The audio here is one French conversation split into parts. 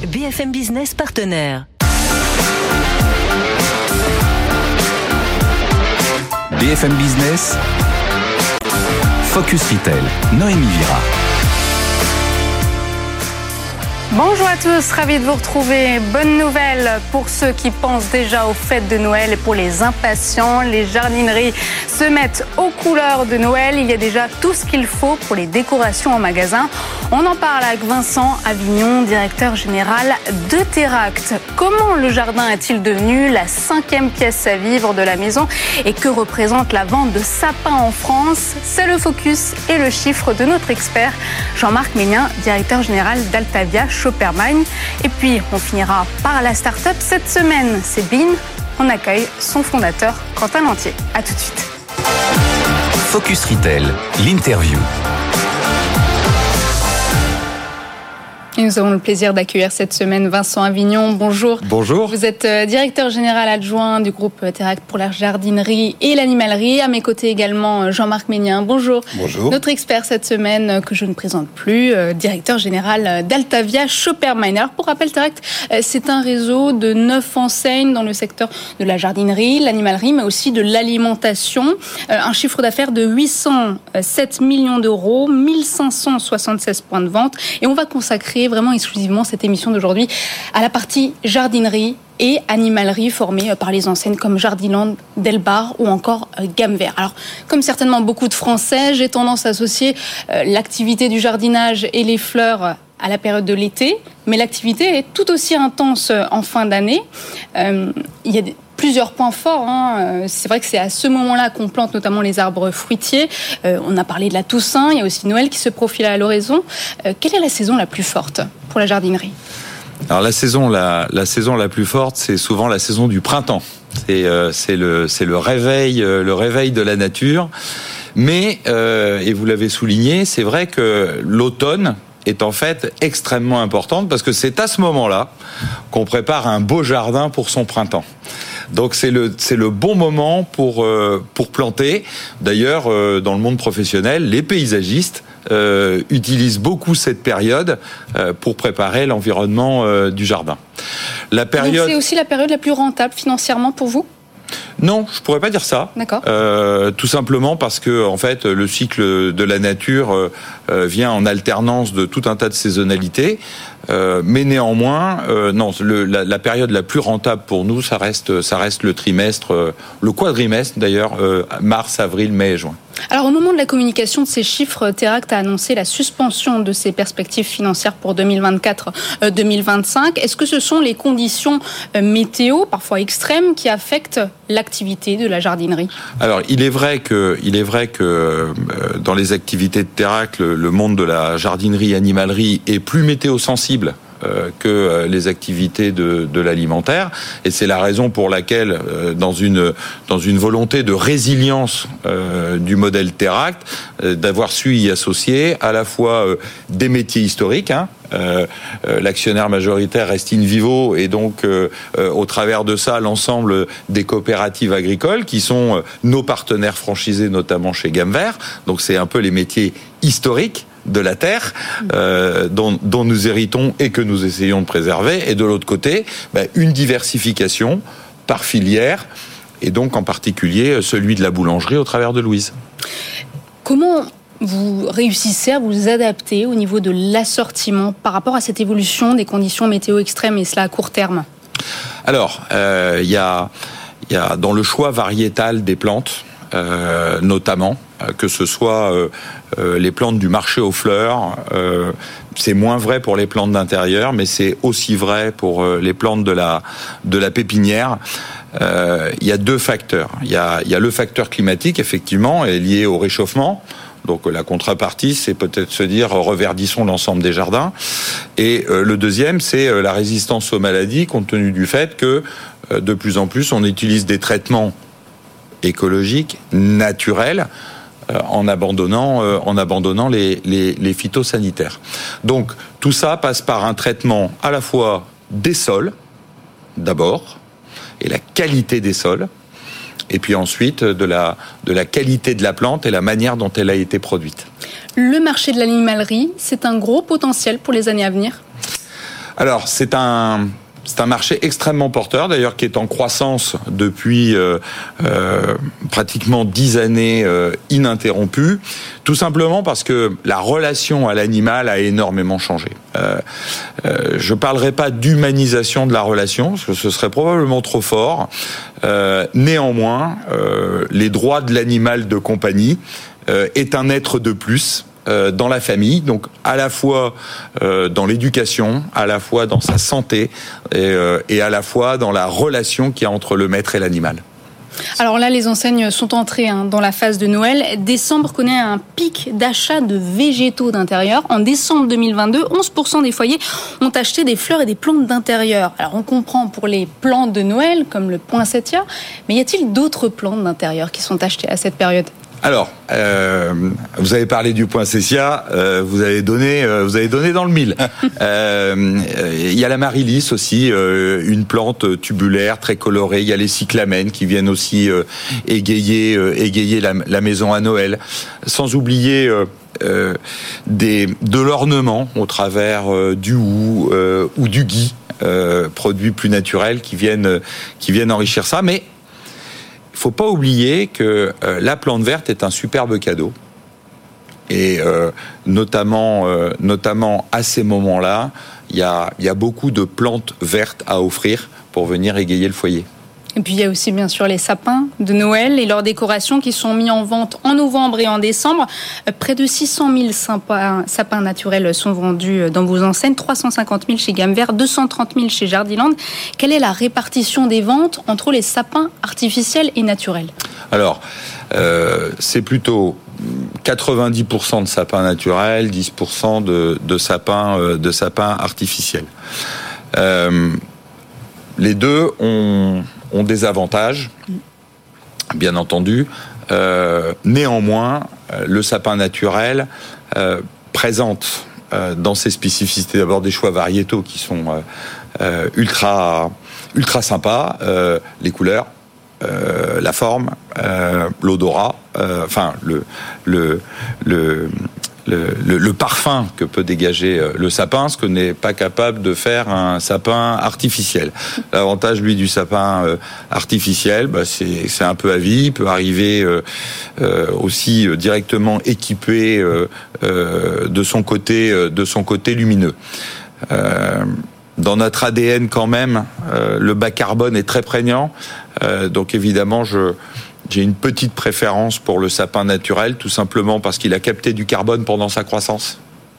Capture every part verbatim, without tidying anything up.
B F M Business partenaire. B F M Business, Focus Retail, Noémie Vira. Bonjour à tous, ravi de vous retrouver. Bonne nouvelle pour ceux qui pensent déjà aux fêtes de Noël et pour les impatients. Les jardineries se mettent aux couleurs de Noël. Il y a déjà tout ce qu'il faut pour les décorations en magasin. On en parle avec Vincent Avignon, directeur général de Teract. Comment le jardin est-il devenu la cinquième pièce à vivre de la maison et que représente la vente de sapins en France? C'est le focus et le chiffre de notre expert Jean-Marc Ménien, directeur général d'Altavia Schoppermine. Et puis, on finira par la start-up cette semaine. C'est Bean. On accueille son fondateur, Quentin Lantier. À tout de suite. Focus Retail, l'interview. Et nous avons le plaisir d'accueillir cette semaine Vincent Avignon. Bonjour. Bonjour. Vous êtes directeur général adjoint du groupe Teract pour la jardinerie et l'animalerie. À mes côtés également Jean-Marc Ménien. Bonjour. Bonjour. Notre expert cette semaine, que je ne présente plus, directeur général d'Altavia Schoppermine. Alors pour rappel, Teract, c'est un réseau de neuf enseignes dans le secteur de la jardinerie, l'animalerie, mais aussi de l'alimentation. Un chiffre d'affaires de huit cent sept millions d'euros, mille cinq cent soixante-seize points de vente. Et on va consacrer vraiment exclusivement cette émission d'aujourd'hui à la partie jardinerie et animalerie formée par les enseignes comme Jardiland, Delbar ou encore Gamme Vert. Alors, comme certainement beaucoup de Français, j'ai tendance à associer l'activité du jardinage et les fleurs à la période de l'été, mais l'activité est tout aussi intense en fin d'année. Euh, il y a des plusieurs points forts. Hein. C'est vrai que c'est à ce moment-là qu'on plante notamment les arbres fruitiers. Euh, on a parlé de la Toussaint, il y a aussi Noël qui se profile à l'horizon. Euh, quelle est la saison la plus forte pour la jardinerie ? Alors la saison la, la saison la plus forte, c'est souvent la saison du printemps. C'est, euh, c'est, le, c'est le, réveil, euh, le réveil de la nature. Mais, euh, et vous l'avez souligné, c'est vrai que l'automne est en fait extrêmement importante parce que c'est à ce moment-là qu'on prépare un beau jardin pour son printemps. Donc c'est le c'est le bon moment pour euh, pour planter. D'ailleurs, euh, dans le monde professionnel, les paysagistes euh, utilisent beaucoup cette période euh, pour préparer l'environnement euh, du jardin. La période. Donc c'est aussi la période la plus rentable financièrement pour vous ? Non, je pourrais pas dire ça. D'accord. Euh, tout simplement parce que en fait le cycle de la nature euh, vient en alternance de tout un tas de saisonnalités. Euh, mais néanmoins, euh, non, le, la, la période la plus rentable pour nous, ça reste, ça reste le trimestre, euh, le quadrimestre d'ailleurs, euh, mars, avril, mai et juin. Alors au moment de la communication de ces chiffres, Teract a annoncé la suspension de ses perspectives financières pour deux mille vingt-quatre deux mille vingt-cinq. Est-ce que ce sont les conditions météo, parfois extrêmes, qui affectent l'activité de la jardinerie ? Alors il est vrai que, il est vrai que euh, dans les activités de Teract, le, le monde de la jardinerie animalerie est plus météo-sensible que les activités de, de l'alimentaire, et c'est la raison pour laquelle, dans une dans une volonté de résilience euh, du modèle Teract, euh, d'avoir su y associer à la fois euh, des métiers historiques. Hein, Euh, euh, l'actionnaire majoritaire reste in vivo et donc euh, euh, au travers de ça l'ensemble des coopératives agricoles qui sont euh, nos partenaires franchisés notamment chez Gamme Vert. Donc c'est un peu les métiers historiques de la terre euh, dont, dont nous héritons et que nous essayons de préserver, et de l'autre côté ben, une diversification par filière, et donc en particulier celui de la boulangerie au travers de Louise. Comment vous réussissez à vous adapter au niveau de l'assortiment par rapport à cette évolution des conditions météo extrêmes, et cela à court terme ? Alors, il euh, y, a, y a dans le choix variétal des plantes, euh, notamment, que ce soit euh, euh, les plantes du marché aux fleurs, euh, c'est moins vrai pour les plantes d'intérieur, mais c'est aussi vrai pour euh, les plantes de la, de la pépinière. Euh, il y a deux facteurs. Il y a, y a le facteur climatique, effectivement, est lié au réchauffement. Donc la contrepartie, c'est peut-être se dire reverdissons l'ensemble des jardins. Et euh, le deuxième, c'est euh, la résistance aux maladies, compte tenu du fait que euh, de plus en plus, on utilise des traitements écologiques, naturels, euh, en abandonnant, euh, en abandonnant les, les, les phytosanitaires. Donc tout ça passe par un traitement à la fois des sols, d'abord, et la qualité des sols, et puis ensuite de la, de la qualité de la plante et la manière dont elle a été produite. Le marché de l'animalerie, c'est un gros potentiel pour les années à venir ? Alors, c'est un... C'est un marché extrêmement porteur, d'ailleurs, qui est en croissance depuis euh, euh, pratiquement dix années euh, ininterrompues, tout simplement parce que la relation à l'animal a énormément changé. Euh, euh, je ne parlerai pas d'humanisation de la relation, parce que ce serait probablement trop fort. Euh, néanmoins, euh, les droits de l'animal de compagnie euh, est un être de plus dans la famille, donc à la fois euh, dans l'éducation, à la fois dans sa santé et, euh, et à la fois dans la relation qu'il y a entre le maître et l'animal. Alors là, les enseignes sont entrées hein, dans la phase de Noël. Décembre connaît un pic d'achat de végétaux d'intérieur. En décembre deux mille vingt-deux, onze pour cent des foyers ont acheté des fleurs et des plantes d'intérieur. Alors on comprend pour les plantes de Noël, comme le poinsettia, mais y a-t-il d'autres plantes d'intérieur qui sont achetées à cette période ? Alors, euh, vous avez parlé du poinsettia, euh, vous avez donné, euh, vous avez donné dans le mille. Euh, il y a la marilis aussi, euh, une plante tubulaire très colorée. Il y a les cyclamènes qui viennent aussi euh, égayer, euh, égayer la, la maison à Noël. Sans oublier euh, euh, des, de l'ornement au travers euh, du hou euh, ou du gui, euh, produits plus naturels qui viennent, qui viennent enrichir ça. Mais il ne faut pas oublier que euh, la plante verte est un superbe cadeau. Et euh, notamment, euh, notamment à ces moments-là, il y a, y a beaucoup de plantes vertes à offrir pour venir égayer le foyer. Et puis il y a aussi bien sûr les sapins de Noël et leurs décorations qui sont mis en vente en novembre et en décembre. Près de six cent mille sapins, sapins naturels sont vendus dans vos enseignes, trois cent cinquante mille chez Gamme Vert, deux cent trente mille chez Jardiland. Quelle est la répartition des ventes entre les sapins artificiels et naturels ? Alors, euh, c'est plutôt quatre-vingt-dix pour cent de sapins naturels, dix pour cent de, de, sapins, euh, de sapins artificiels. Euh, les deux ont... ont des avantages, bien entendu. Euh, néanmoins, le sapin naturel euh, présente euh, dans ses spécificités d'abord des choix variétaux qui sont euh, euh, ultra, ultra sympas, euh, les couleurs, euh, la forme, euh, l'odorat, euh, enfin le, le, le Le, le, le parfum que peut dégager le sapin, ce que n'est pas capable de faire un sapin artificiel. L'avantage, lui, du sapin euh, artificiel, bah, c'est, c'est un peu à vie, il peut arriver euh, euh, aussi euh, directement équipé euh, euh, de son côté, euh, de son côté lumineux. Euh, dans notre A D N, quand même, euh, le bas carbone est très prégnant, euh, donc évidemment, je J'ai une petite préférence pour le sapin naturel, tout simplement parce qu'il a capté du carbone pendant sa croissance.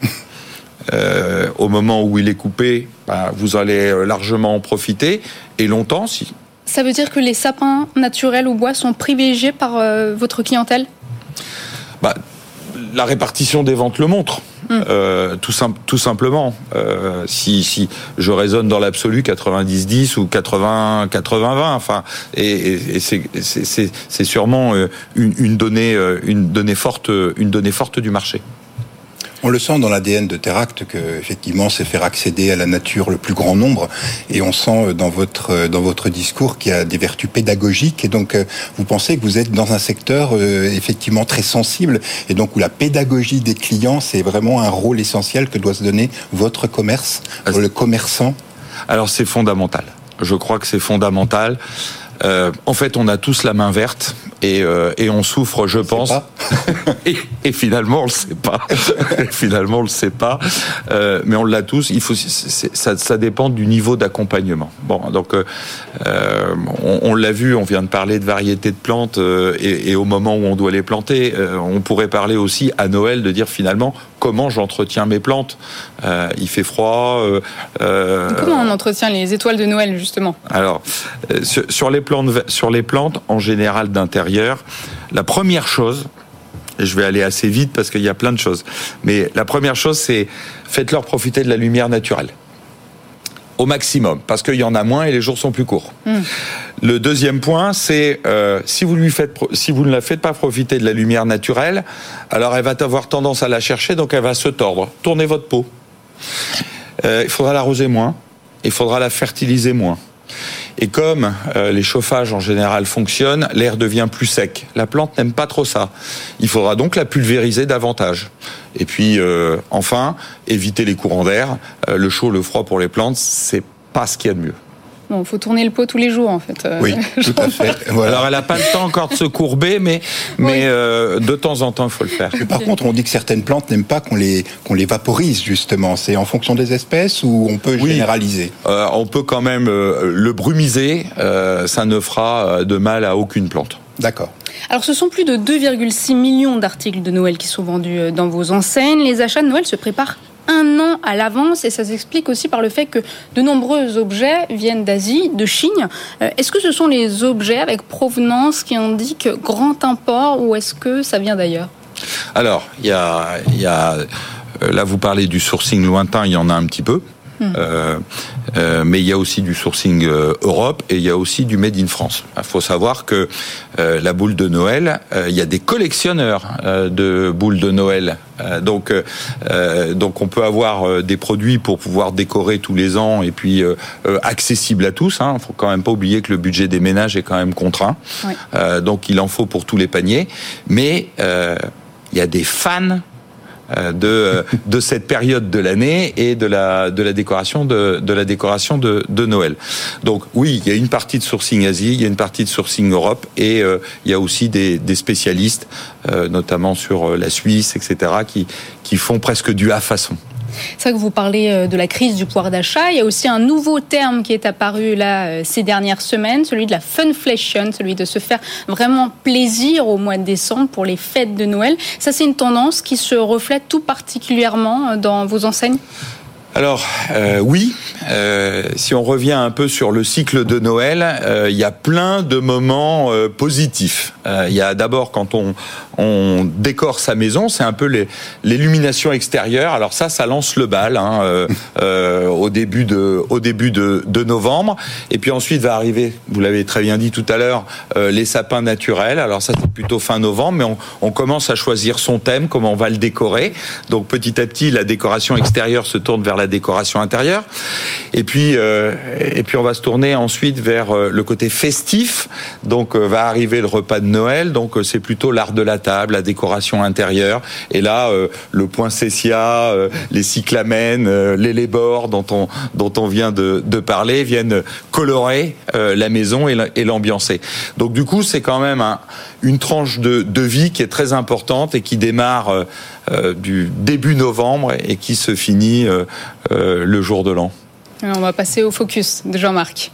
Euh, au moment où il est coupé, bah, vous allez largement en profiter, et longtemps, si. Ça veut dire que les sapins naturels au bois sont privilégiés par euh, votre clientèle ? Bah, la répartition des ventes le montre. Mmh. Euh, tout, sim- tout simplement. Euh, si, si je raisonne dans l'absolu quatre-vingt-dix dix ou quatre-vingts vingt, enfin, et, et, et c'est, c'est, c'est, c'est sûrement une, une donnée, une donnée forte, une donnée forte du marché. On le sent dans l'A D N de Teract que effectivement c'est faire accéder à la nature le plus grand nombre, et on sent dans votre dans votre discours qu'il y a des vertus pédagogiques, et donc vous pensez que vous êtes dans un secteur euh, effectivement très sensible, et donc où la pédagogie des clients c'est vraiment un rôle essentiel que doit se donner votre commerce, Alors, le commerçant. Alors c'est fondamental. Je crois que c'est fondamental. Euh, en fait, on a tous la main verte et, euh, et on souffre, je pense. et, et finalement, on le sait pas. finalement, on le sait pas. Euh, mais on l'a tous. Il faut, c'est, ça, ça dépend du niveau d'accompagnement. Bon, donc euh, on, on l'a vu. On vient de parler de variétés de plantes euh, et, et au moment où on doit les planter, euh, on pourrait parler aussi à Noël de dire finalement comment j'entretiens mes plantes. Euh, il fait froid. Euh, euh, comment on entretient les étoiles de Noël justement ? Alors, euh, sur, sur les plantes, sur les plantes en général d'intérieur, la première chose, et je vais aller assez vite parce qu'il y a plein de choses, mais la première chose, c'est faites-leur profiter de la lumière naturelle. Au maximum, parce qu'il y en a moins et les jours sont plus courts. Mmh. Le deuxième point, c'est euh, si vous lui faites, si vous ne la faites pas profiter de la lumière naturelle, alors elle va avoir tendance à la chercher, donc elle va se tordre. Tournez votre peau. Euh, il faudra l'arroser moins, il faudra la fertiliser moins. Et comme euh, les chauffages en général fonctionnent, l'air devient plus sec. La plante n'aime pas trop ça. Il faudra donc la pulvériser davantage. Et puis, euh, enfin, éviter les courants d'air. Euh, le chaud, le froid pour les plantes, c'est pas ce qu'il y a de mieux. Bon, il faut tourner le pot tous les jours, en fait. Oui, tout à fait. Voilà. Alors, elle n'a pas le temps encore de se courber, mais, mais oui. euh, de temps en temps, il faut le faire. Mais par contre, on dit que certaines plantes n'aiment pas qu'on les, qu'on les vaporise, justement. C'est en fonction des espèces ou on peut oui. généraliser euh, On peut quand même euh, le brumiser. Euh, ça ne fera de mal à aucune plante. D'accord. Alors, ce sont plus de deux virgule six millions d'articles de Noël qui sont vendus dans vos enseignes. Les achats de Noël se préparent un an à l'avance et ça s'explique aussi par le fait que de nombreux objets viennent d'Asie, de Chine. Est-ce que ce sont les objets avec provenance qui indiquent grand import ou est-ce que ça vient d'ailleurs ? Alors, il y a, il y a, là vous parlez du sourcing lointain, il y en a un petit peu. Mmh. Euh, euh, mais il y a aussi du sourcing euh, Europe et il y a aussi du Made in France. Il faut savoir que euh, la boule de Noël, euh, il y a des collectionneurs euh, de boules de Noël. Euh, donc, euh, donc on peut avoir euh, des produits pour pouvoir décorer tous les ans et puis euh, euh, accessible à tous. Hein. Faut quand même pas oublier que le budget des ménages est quand même contraint. Oui. Euh, donc il en faut pour tous les paniers. Mais euh, il y a des fans de de cette période de l'année et de la de la décoration de de la décoration de de Noël. Donc oui, il y a une partie de sourcing Asie, il y a une partie de sourcing Europe et euh, il y a aussi des des spécialistes euh, notamment sur la Suisse, et cetera qui qui font presque du à façon. C'est vrai que vous parlez de la crise du pouvoir d'achat. Il y a aussi un nouveau terme qui est apparu là ces dernières semaines, celui de la funflation, celui de se faire vraiment plaisir au mois de décembre pour les fêtes de Noël. Ça, c'est une tendance qui se reflète tout particulièrement dans vos enseignes ? Alors euh, oui, euh, si on revient un peu sur le cycle de Noël, euh, il y a plein de moments euh, positifs. Euh, il y a d'abord quand on on décore sa maison, c'est un peu les, l'illumination extérieure. Alors ça, ça lance le bal hein, euh, euh, au début de au début de, de novembre. Et puis ensuite va arriver, vous l'avez très bien dit tout à l'heure, euh, les sapins naturels. Alors ça c'est plutôt fin novembre, mais on, on commence à choisir son thème, comment on va le décorer. Donc petit à petit, la décoration extérieure se tourne vers la décoration intérieure. Et puis euh, et puis on va se tourner ensuite vers euh, le côté festif. Donc euh, va arriver le repas de Noël. Donc euh, c'est plutôt l'art de la table, la décoration intérieure. Et là, euh, le poinsettia, euh, les cyclamènes, euh, les lébores dont on dont on vient de, de parler viennent colorer euh, la maison et, et l'ambiancer. Donc du coup, c'est quand même un, une tranche de, de vie qui est très importante et qui démarre euh, euh, du début novembre et qui se finit euh, euh, le jour de l'an. On va passer au focus de Jean-Marc.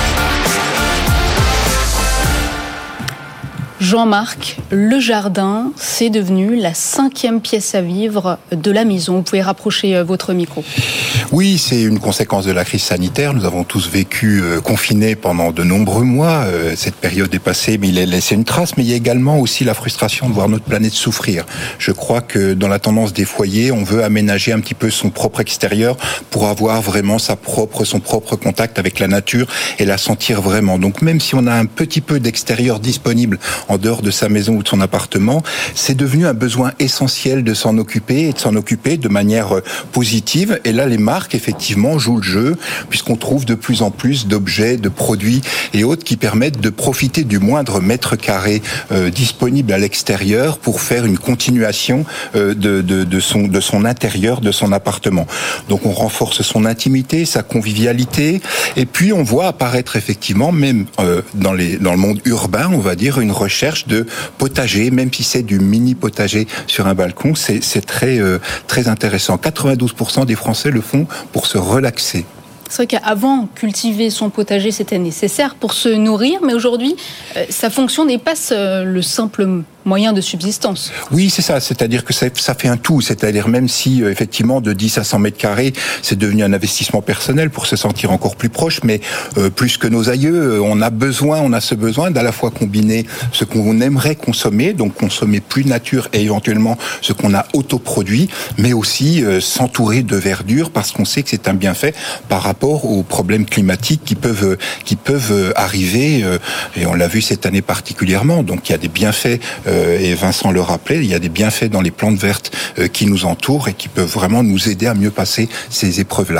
Jean-Marc, le jardin, c'est devenu la cinquième pièce à vivre de la maison. Vous pouvez rapprocher votre micro. Oui, c'est une conséquence de la crise sanitaire. Nous avons tous vécu euh, confinés pendant de nombreux mois. Euh, cette période est passée, mais il a laissé une trace. Mais il y a également aussi la frustration de voir notre planète souffrir. Je crois que dans la tendance des foyers, on veut aménager un petit peu son propre extérieur pour avoir vraiment sa propre, son propre contact avec la nature et la sentir vraiment. Donc même si on a un petit peu d'extérieur disponible en dehors de sa maison ou de son appartement, c'est devenu un besoin essentiel de s'en occuper et de s'en occuper de manière positive. Et là, les marques, effectivement, jouent le jeu, puisqu'on trouve de plus en plus d'objets, de produits et autres qui permettent de profiter du moindre mètre carré euh, disponible à l'extérieur pour faire une continuation euh, de, de, de, son, de son intérieur, de son appartement. Donc on renforce son intimité, sa convivialité, et puis on voit apparaître effectivement, même euh, dans, les, dans le monde urbain, on va dire, une recherche de potager, même si c'est du mini potager sur un balcon, c'est, c'est très, euh, très intéressant. quatre-vingt-douze pour cent des Français le font pour se relaxer. C'est vrai qu'avant, cultiver son potager, c'était nécessaire pour se nourrir, mais aujourd'hui, euh, sa fonction dépasse euh, le simple moyen de subsistance. Oui, c'est ça. C'est-à-dire que ça, ça fait un tout. C'est-à-dire même si, euh, effectivement, de dix à cent mètres carrés, c'est devenu un investissement personnel pour se sentir encore plus proche, mais euh, plus que nos aïeux, on a besoin, on a ce besoin d'à la fois combiner ce qu'on aimerait consommer, donc consommer plus nature et éventuellement ce qu'on a autoproduit, mais aussi euh, s'entourer de verdure parce qu'on sait que c'est un bienfait par rapport aux problèmes climatiques qui peuvent qui peuvent arriver euh, et on l'a vu cette année particulièrement. Donc il y a des bienfaits euh, et Vincent le rappelait, il y a des bienfaits dans les plantes vertes euh, qui nous entourent et qui peuvent vraiment nous aider à mieux passer ces épreuves-là.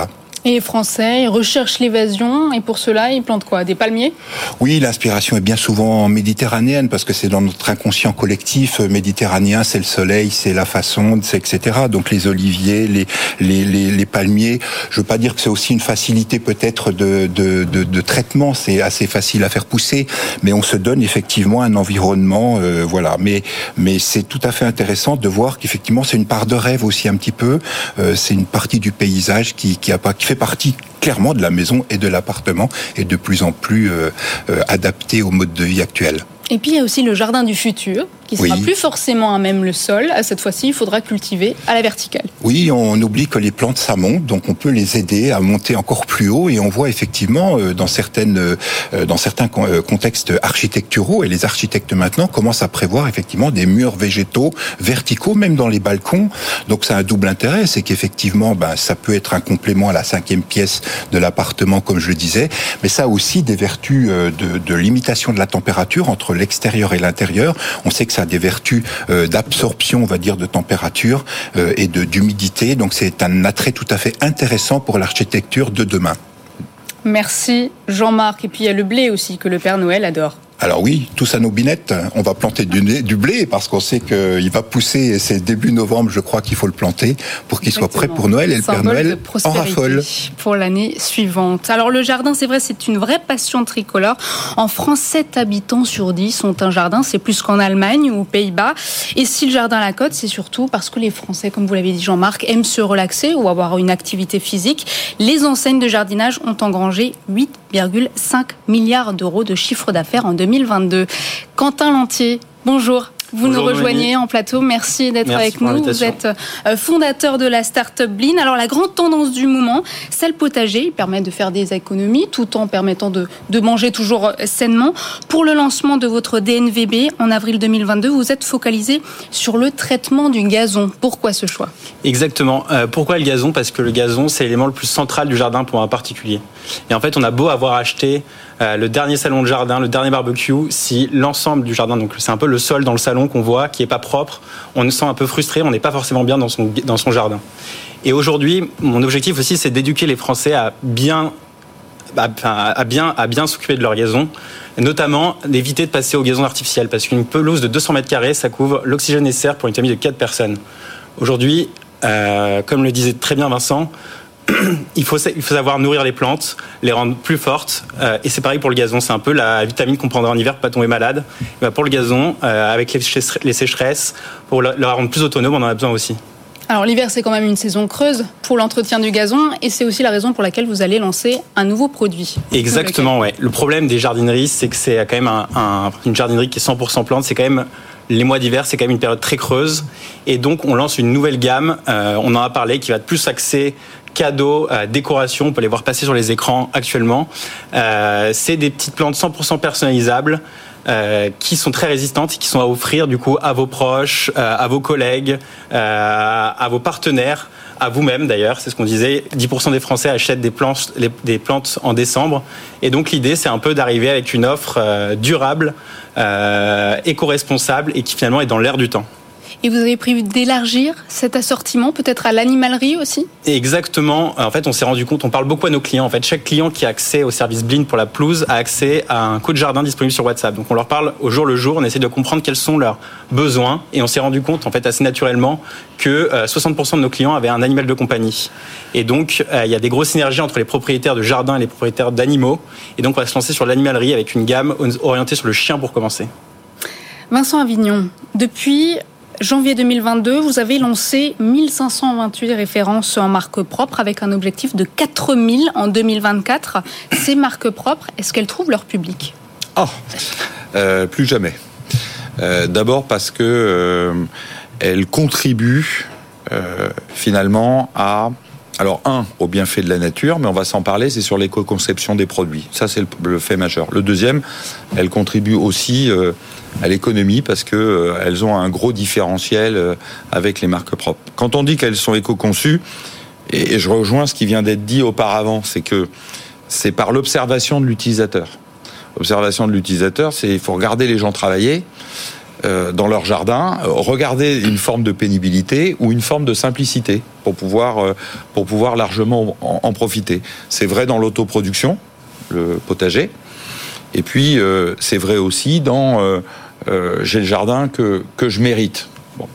Et les Français, ils recherchent l'évasion, et pour cela, ils plantent quoi? Des palmiers? Oui, l'inspiration est bien souvent méditerranéenne, parce que c'est dans notre inconscient collectif méditerranéen, c'est le soleil, c'est la façon, c'est et cetera. Donc les oliviers, les, les, les, les palmiers, je veux pas dire que c'est aussi une facilité peut-être de, de, de, de traitement, c'est assez facile à faire pousser, mais on se donne effectivement un environnement, euh, voilà. Mais, mais c'est tout à fait intéressant de voir qu'effectivement c'est une part de rêve aussi un petit peu, euh, c'est une partie du paysage qui, qui a pas, qui fait partie clairement de la maison et de l'appartement et de plus en plus euh, euh, adapté au mode de vie actuel. Et puis il y a aussi le jardin du futur, qui sera oui. plus forcément à même le sol. Cette fois-ci, il faudra cultiver à la verticale. Oui, on oublie que les plantes, ça monte, donc on peut les aider à monter encore plus haut. Et on voit effectivement dans certaines, dans certains contextes architecturaux, et les architectes maintenant commencent à prévoir effectivement des murs végétaux verticaux, même dans les balcons. Donc ça a un double intérêt, c'est qu'effectivement, ben ça peut être un complément à la cinquième pièce de l'appartement, comme je le disais, mais ça a aussi des vertus de, de limitation de la température entre l'extérieur et l'intérieur. On sait que ça a des vertus euh, d'absorption, on va dire, de température euh, et de, d'humidité. Donc c'est un attrait tout à fait intéressant pour l'architecture de demain. Merci Jean-Marc. Et puis il y a le blé aussi que le Père Noël adore. Alors oui, tous à nos binettes, on va planter du, du blé parce qu'on sait qu'il va pousser, et c'est début novembre, je crois qu'il faut le planter pour qu'il soit prêt pour Noël, et le Père Noël en raffole. Pour l'année suivante. Alors le jardin, c'est vrai, c'est une vraie passion tricolore. En France, sept habitants sur dix ont un jardin, c'est plus qu'en Allemagne ou aux Pays-Bas. Et si le jardin à la côte, c'est surtout parce que les Français, comme vous l'avez dit Jean-Marc, aiment se relaxer ou avoir une activité physique. Les enseignes de jardinage ont engrangé huit virgule cinq milliards d'euros de chiffre d'affaires en deux mille vingt-deux. Quentin Lantier, bonjour. Vous bonjour, nous rejoignez Noémie. En plateau. Merci d'être Merci avec nous. Vous êtes fondateur de la start-up Bleen. Alors, la grande tendance du moment, c'est le potager. Il permet de faire des économies tout en permettant de, de manger toujours sainement. Pour le lancement de votre D N V B en avril deux mille vingt-deux, vous êtes focalisé sur le traitement du gazon. Pourquoi ce choix ? Exactement. Euh, pourquoi le gazon ? Parce que le gazon, c'est l'élément le plus central du jardin pour un particulier. Et en fait, on a beau avoir acheté euh, le dernier salon de jardin, le dernier barbecue, si l'ensemble du jardin, donc c'est un peu le sol dans le salon qu'on voit, qui est pas propre, on se sent un peu frustré, on n'est pas forcément bien dans son, dans son jardin. Et aujourd'hui, mon objectif aussi, c'est d'éduquer les Français à bien, à, à bien, à bien s'occuper de leur gazon, notamment d'éviter de passer au gazon artificiel, parce qu'une pelouse de deux cents mètres carrés, ça couvre l'oxygène nécessaire pour une famille de quatre personnes. Aujourd'hui, euh, comme le disait très bien Vincent, il faut, il faut savoir nourrir les plantes, les rendre plus fortes, euh, et c'est pareil pour le gazon, c'est un peu la vitamine qu'on prendra en hiver pour pas tomber malade. Et bah pour le gazon, euh, avec les, les sécheresses, pour le, le rendre plus autonome, on en a besoin aussi. Alors l'hiver, c'est quand même une saison creuse pour l'entretien du gazon, et c'est aussi la raison pour laquelle vous allez lancer un nouveau produit. Exactement, ouais. Le problème des jardineries, c'est que c'est quand même un, un, une jardinerie qui est cent pour cent plante, c'est quand même... Les mois d'hiver, c'est quand même une période très creuse. Et donc, on lance une nouvelle gamme, euh, on en a parlé, qui va être plus axée cadeaux, euh, décoration. On peut les voir passer sur les écrans actuellement. Euh, c'est des petites plantes cent pour cent personnalisables euh, qui sont très résistantes et qui sont à offrir du coup à vos proches, euh, à vos collègues, euh, à vos partenaires, à vous-même d'ailleurs. C'est ce qu'on disait. dix pour cent des Français achètent des plantes, les, des plantes en décembre. Et donc, l'idée, c'est un peu d'arriver avec une offre euh, durable, Euh, éco-responsable et qui finalement est dans l'air du temps. Et vous avez prévu d'élargir cet assortiment, peut-être à l'animalerie aussi ? Exactement. En fait, on s'est rendu compte, on parle beaucoup à nos clients. En fait, chaque client qui a accès au service Bleen pour la pelouse a accès à un coach jardin disponible sur WhatsApp. Donc, on leur parle au jour le jour. On essaie de comprendre quels sont leurs besoins. Et on s'est rendu compte, en fait, assez naturellement, que soixante pour cent de nos clients avaient un animal de compagnie. Et donc, il y a des grosses synergies entre les propriétaires de jardins et les propriétaires d'animaux. Et donc, on va se lancer sur l'animalerie avec une gamme orientée sur le chien pour commencer. Vincent Avignon, depuis janvier deux mille vingt-deux, vous avez lancé mille cinq cent vingt-huit références en marque propre avec un objectif de quatre mille en deux mille vingt-quatre. Ces marques propres, est-ce qu'elles trouvent leur public ? Oh, euh, plus jamais. Euh, d'abord parce que euh, elles contribuent euh, finalement à... Alors, un, au bienfait de la nature, mais on va s'en parler, c'est sur l'éco-conception des produits. Ça, c'est le, le fait majeur. Le deuxième, elles contribuent aussi euh, à l'économie parce que euh, elles ont un gros différentiel euh, avec les marques propres. Quand on dit qu'elles sont éco-conçues, et, et je rejoins ce qui vient d'être dit auparavant, c'est que c'est par l'observation de l'utilisateur. L'observation de l'utilisateur, c'est il faut regarder les gens travailler. euh, dans leur jardin, euh, regarder une forme de pénibilité ou une forme de simplicité pour pouvoir, euh, pour pouvoir largement en, en profiter. C'est vrai dans l'autoproduction, le potager, et puis euh, c'est vrai aussi dans euh, euh, j'ai le jardin que, que je mérite. Bon.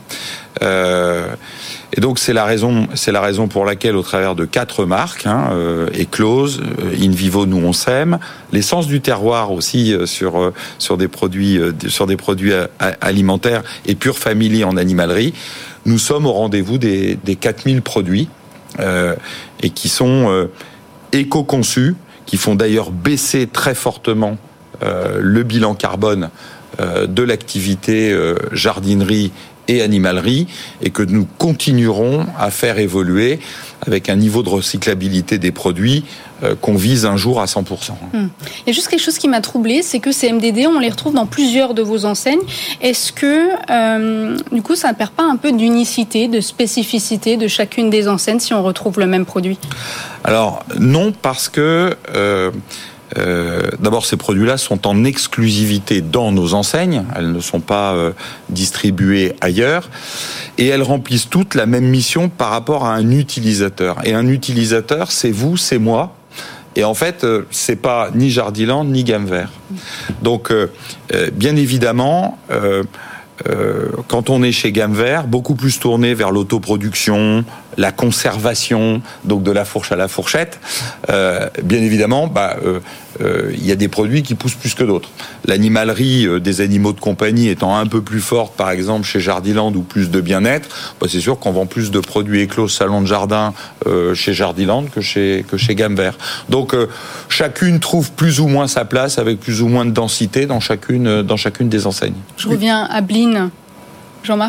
Euh, et donc c'est la raison, c'est la raison pour laquelle, au travers de quatre marques, hein, euh, Eclose, euh, In Vivo, Nous on sème, l'essence du terroir aussi euh, sur euh, sur des produits euh, sur des produits a, a, alimentaires et Pure Family en animalerie, nous sommes au rendez-vous des, des quatre mille produits euh, et qui sont euh, éco-conçus, qui font d'ailleurs baisser très fortement euh, le bilan carbone euh, de l'activité euh, jardinerie et animalerie, et que nous continuerons à faire évoluer avec un niveau de recyclabilité des produits euh, qu'on vise un jour à cent pour cent. Hum. Il y a juste quelque chose qui m'a troublée, c'est que ces M D D, on les retrouve dans plusieurs de vos enseignes. Est-ce que, euh, du coup, ça ne perd pas un peu d'unicité, de spécificité de chacune des enseignes si on retrouve le même produit ? Alors, non, parce que... Euh, Euh, d'abord, ces produits-là sont en exclusivité dans nos enseignes. Elles ne sont pas euh, distribuées ailleurs. Et elles remplissent toutes la même mission par rapport à un utilisateur. Et un utilisateur, c'est vous, c'est moi. Et en fait, euh, c'est pas ni Jardiland, ni Gamme Vert. Donc, euh, euh, bien évidemment... Euh, Euh, quand on est chez Gamme Vert, beaucoup plus tourné vers l'autoproduction, la conservation, donc de la fourche à la fourchette, euh, bien évidemment, bah, euh, euh, y a des produits qui poussent plus que d'autres. L'animalerie euh, des animaux de compagnie étant un peu plus forte, par exemple chez Jardiland, ou plus de bien-être, bah, c'est sûr qu'on vend plus de produits Eclose salon de jardin euh, chez Jardiland que chez, que chez Gamme Vert. Donc euh, chacune trouve plus ou moins sa place, avec plus ou moins de densité dans chacune, dans chacune des enseignes. Je reviens à Blin. Jean-Marc ?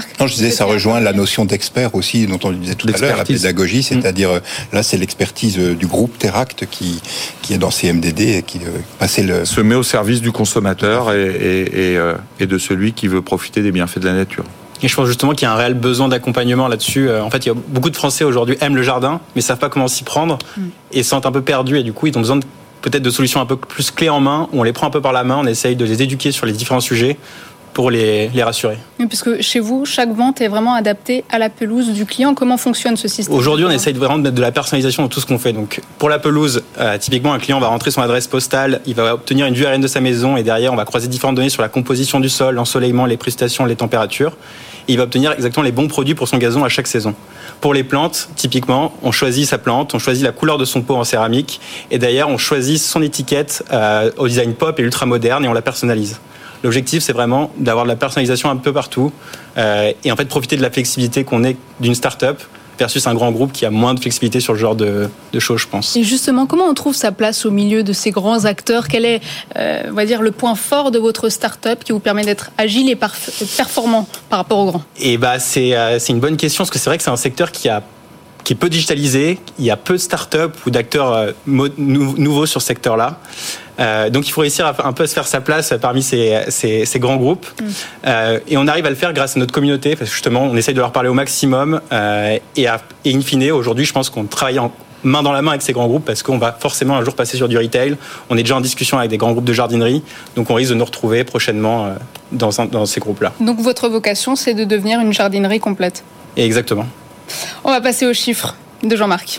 Non, je disais, ça rejoint la notion d'expert aussi, dont on le disait tout à l'heure, la pédagogie, c'est-à-dire, mmh. là, c'est l'expertise du groupe Teract qui, qui est dans ces M D D et qui euh, passait le... se met au service du consommateur et, et, et, euh, et de celui qui veut profiter des bienfaits de la nature. Et je pense justement qu'il y a un réel besoin d'accompagnement là-dessus. En fait, il y a beaucoup de Français aujourd'hui aiment le jardin, mais ne savent pas comment s'y prendre mmh. et se sentent un peu perdus. Et du coup, ils ont besoin de, peut-être de solutions un peu plus clés en main, où on les prend un peu par la main, on essaye de les éduquer sur les différents sujets, pour les, les rassurer. Oui, parce que chez vous, chaque vente est vraiment adaptée à la pelouse du client. Comment fonctionne ce système ? Aujourd'hui, on essaye vraiment de mettre de la personnalisation dans tout ce qu'on fait. Donc, pour la pelouse, euh, typiquement, un client va rentrer son adresse postale, il va obtenir une vue aérienne de sa maison, et derrière, on va croiser différentes données sur la composition du sol, l'ensoleillement, les précipitations, les températures. Et il va obtenir exactement les bons produits pour son gazon à chaque saison. Pour les plantes, typiquement, on choisit sa plante, on choisit la couleur de son pot en céramique, et derrière, on choisit son étiquette euh, au design pop et ultra moderne, et on la personnalise. L'objectif, c'est vraiment d'avoir de la personnalisation un peu partout euh, et en fait profiter de la flexibilité qu'on est d'une start-up versus un grand groupe qui a moins de flexibilité sur le genre de, de choses, je pense. Et justement, comment on trouve sa place au milieu de ces grands acteurs ? Quel est, euh, on va dire, le point fort de votre start-up qui vous permet d'être agile et parf- performant par rapport aux grands ? Et bah, c'est, euh, c'est une bonne question, parce que c'est vrai que c'est un secteur qui a qui est peu digitalisé, il y a peu de start-up ou d'acteurs euh, mo- nou- nouveaux sur ce secteur-là. Euh, donc il faut réussir à, un peu à se faire sa place parmi ces, ces, ces grands groupes. Mmh. Euh, et on arrive à le faire grâce à notre communauté, parce que justement, on essaye de leur parler au maximum. Euh, et, à, et in fine, aujourd'hui, je pense qu'on travaille en main dans la main avec ces grands groupes, parce qu'on va forcément un jour passer sur du retail. On est déjà en discussion avec des grands groupes de jardinerie, donc on risque de nous retrouver prochainement euh, dans, un, dans ces groupes-là. Donc votre vocation, c'est de devenir une jardinerie complète ? Et exactement. On va passer aux chiffres de Jean-Marc.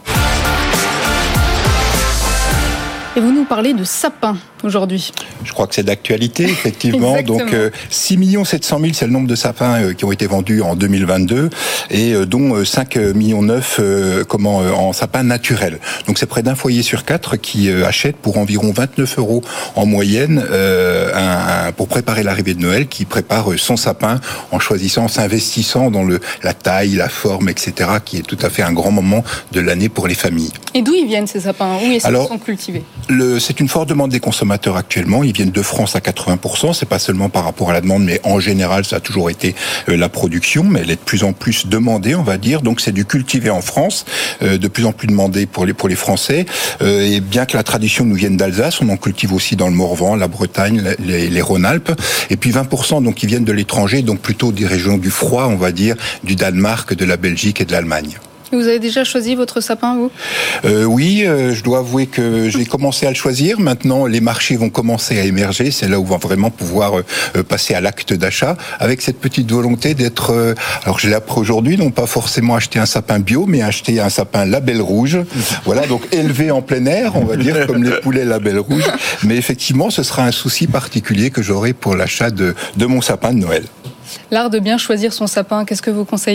Et vous nous parlez de sapins aujourd'hui. Je crois que c'est d'actualité, effectivement. Donc, euh, six millions sept cent mille, c'est le nombre de sapins euh, qui ont été vendus en deux mille vingt-deux, et euh, dont euh, cinq millions neuf euh, comment, euh, en sapins naturels. Donc, c'est près d'un foyer sur quatre qui euh, achète pour environ vingt-neuf euros en moyenne euh, un, un, pour préparer l'arrivée de Noël, qui prépare son sapin en choisissant, en s'investissant dans le, la taille, la forme, et cetera, qui est tout à fait un grand moment de l'année pour les familles. Et d'où ils viennent ces sapins ? Où est-ce qu'ils sont cultivés ? Le, c'est une forte demande des consommateurs actuellement. Ils viennent de France à quatre-vingts pour cent. C'est pas seulement par rapport à la demande, mais en général, ça a toujours été euh, la production, mais elle est de plus en plus demandée, on va dire. Donc, c'est du cultivé en France, euh, de plus en plus demandé pour les pour les Français. Euh, et bien que la tradition nous vienne d'Alsace, on en cultive aussi dans le Morvan, la Bretagne, les, les Rhône-Alpes. Et puis vingt pour cent donc qui viennent de l'étranger, donc plutôt des régions du froid, on va dire, du Danemark, de la Belgique et de l'Allemagne. Vous avez déjà choisi votre sapin, vous ? euh, Oui, euh, je dois avouer que j'ai commencé à le choisir. Maintenant, les marchés vont commencer à émerger. C'est là où on va vraiment pouvoir euh, passer à l'acte d'achat, avec cette petite volonté d'être... Euh, alors, je l'ai appris aujourd'hui, non pas forcément acheter un sapin bio, mais acheter un sapin label rouge. Voilà, donc élevé en plein air, on va dire, comme les poulets label rouge. Mais effectivement, ce sera un souci particulier que j'aurai pour l'achat de, de mon sapin de Noël. L'art de bien choisir son sapin, qu'est-ce que vous conseillez ?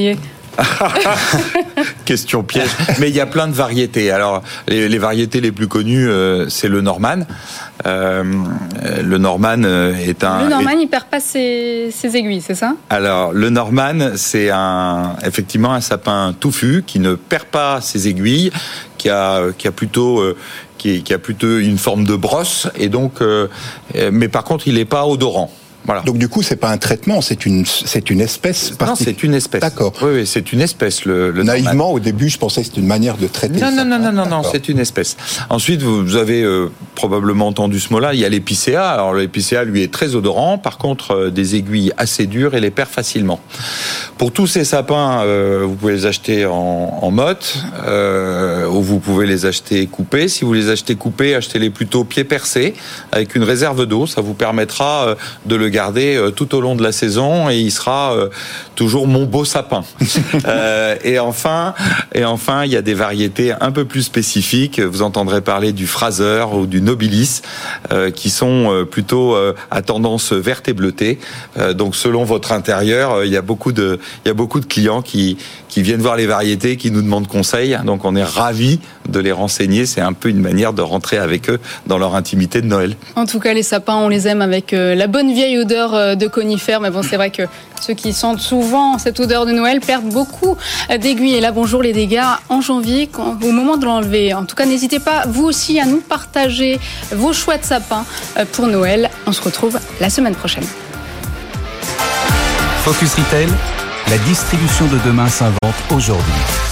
Question piège. Mais il y a plein de variétés. Alors, les, les variétés les plus connues, euh, c'est le Norman. Euh, le Norman est un... Le Norman, est... il perd pas ses, ses aiguilles, c'est ça ? Alors, le Norman, c'est un, effectivement un sapin touffu qui ne perd pas ses aiguilles, qui a, qui a plutôt... Euh, qui, qui a plutôt une forme de brosse, et donc, euh, mais par contre, il n'est pas odorant. Voilà. Donc du coup, c'est pas un traitement, c'est une c'est une espèce. Non, c'est une espèce. D'accord. Oui, oui, c'est une espèce. Le, le Naïvement, Norman. au début, je pensais que c'était une manière de traiter. Non, le non, non, non, non, non, D'accord. c'est une espèce. Ensuite, vous avez euh, probablement entendu ce mot-là. Il y a l'épicéa. Alors l'épicéa, lui, est très odorant. Par contre, euh, des aiguilles assez dures et les perd facilement. Pour tous ces sapins, euh, vous pouvez les acheter en, en motte, euh, ou vous pouvez les acheter coupés. Si vous les achetez coupés, achetez-les plutôt pieds percés, avec une réserve d'eau. Ça vous permettra euh, de le garder euh, tout au long de la saison, et il sera euh, toujours mon beau sapin. euh, et enfin, et enfin, il y a des variétés un peu plus spécifiques. Vous entendrez parler du Fraser ou du Nobilis, euh, qui sont euh, plutôt euh, à tendance verte et bleutée. Euh, donc, selon votre intérieur, euh, il y a beaucoup de, il y a beaucoup de clients qui qui viennent voir les variétés, qui nous demandent conseil. Donc, on est ravis de les renseigner. C'est un peu une manière de rentrer avec eux dans leur intimité de Noël. En tout cas, les sapins, on les aime avec euh, la bonne vieille odeur euh, de conifères. Mais bon, c'est vrai que ceux qui sentent souvent cette odeur de Noël perdent beaucoup d'aiguilles. Et là, bonjour les dégâts en janvier, quand, au moment de l'enlever. En tout cas, n'hésitez pas, vous aussi, à nous partager vos choix de sapins euh, pour Noël. On se retrouve la semaine prochaine. Focus Retail, la distribution de demain s'invente aujourd'hui.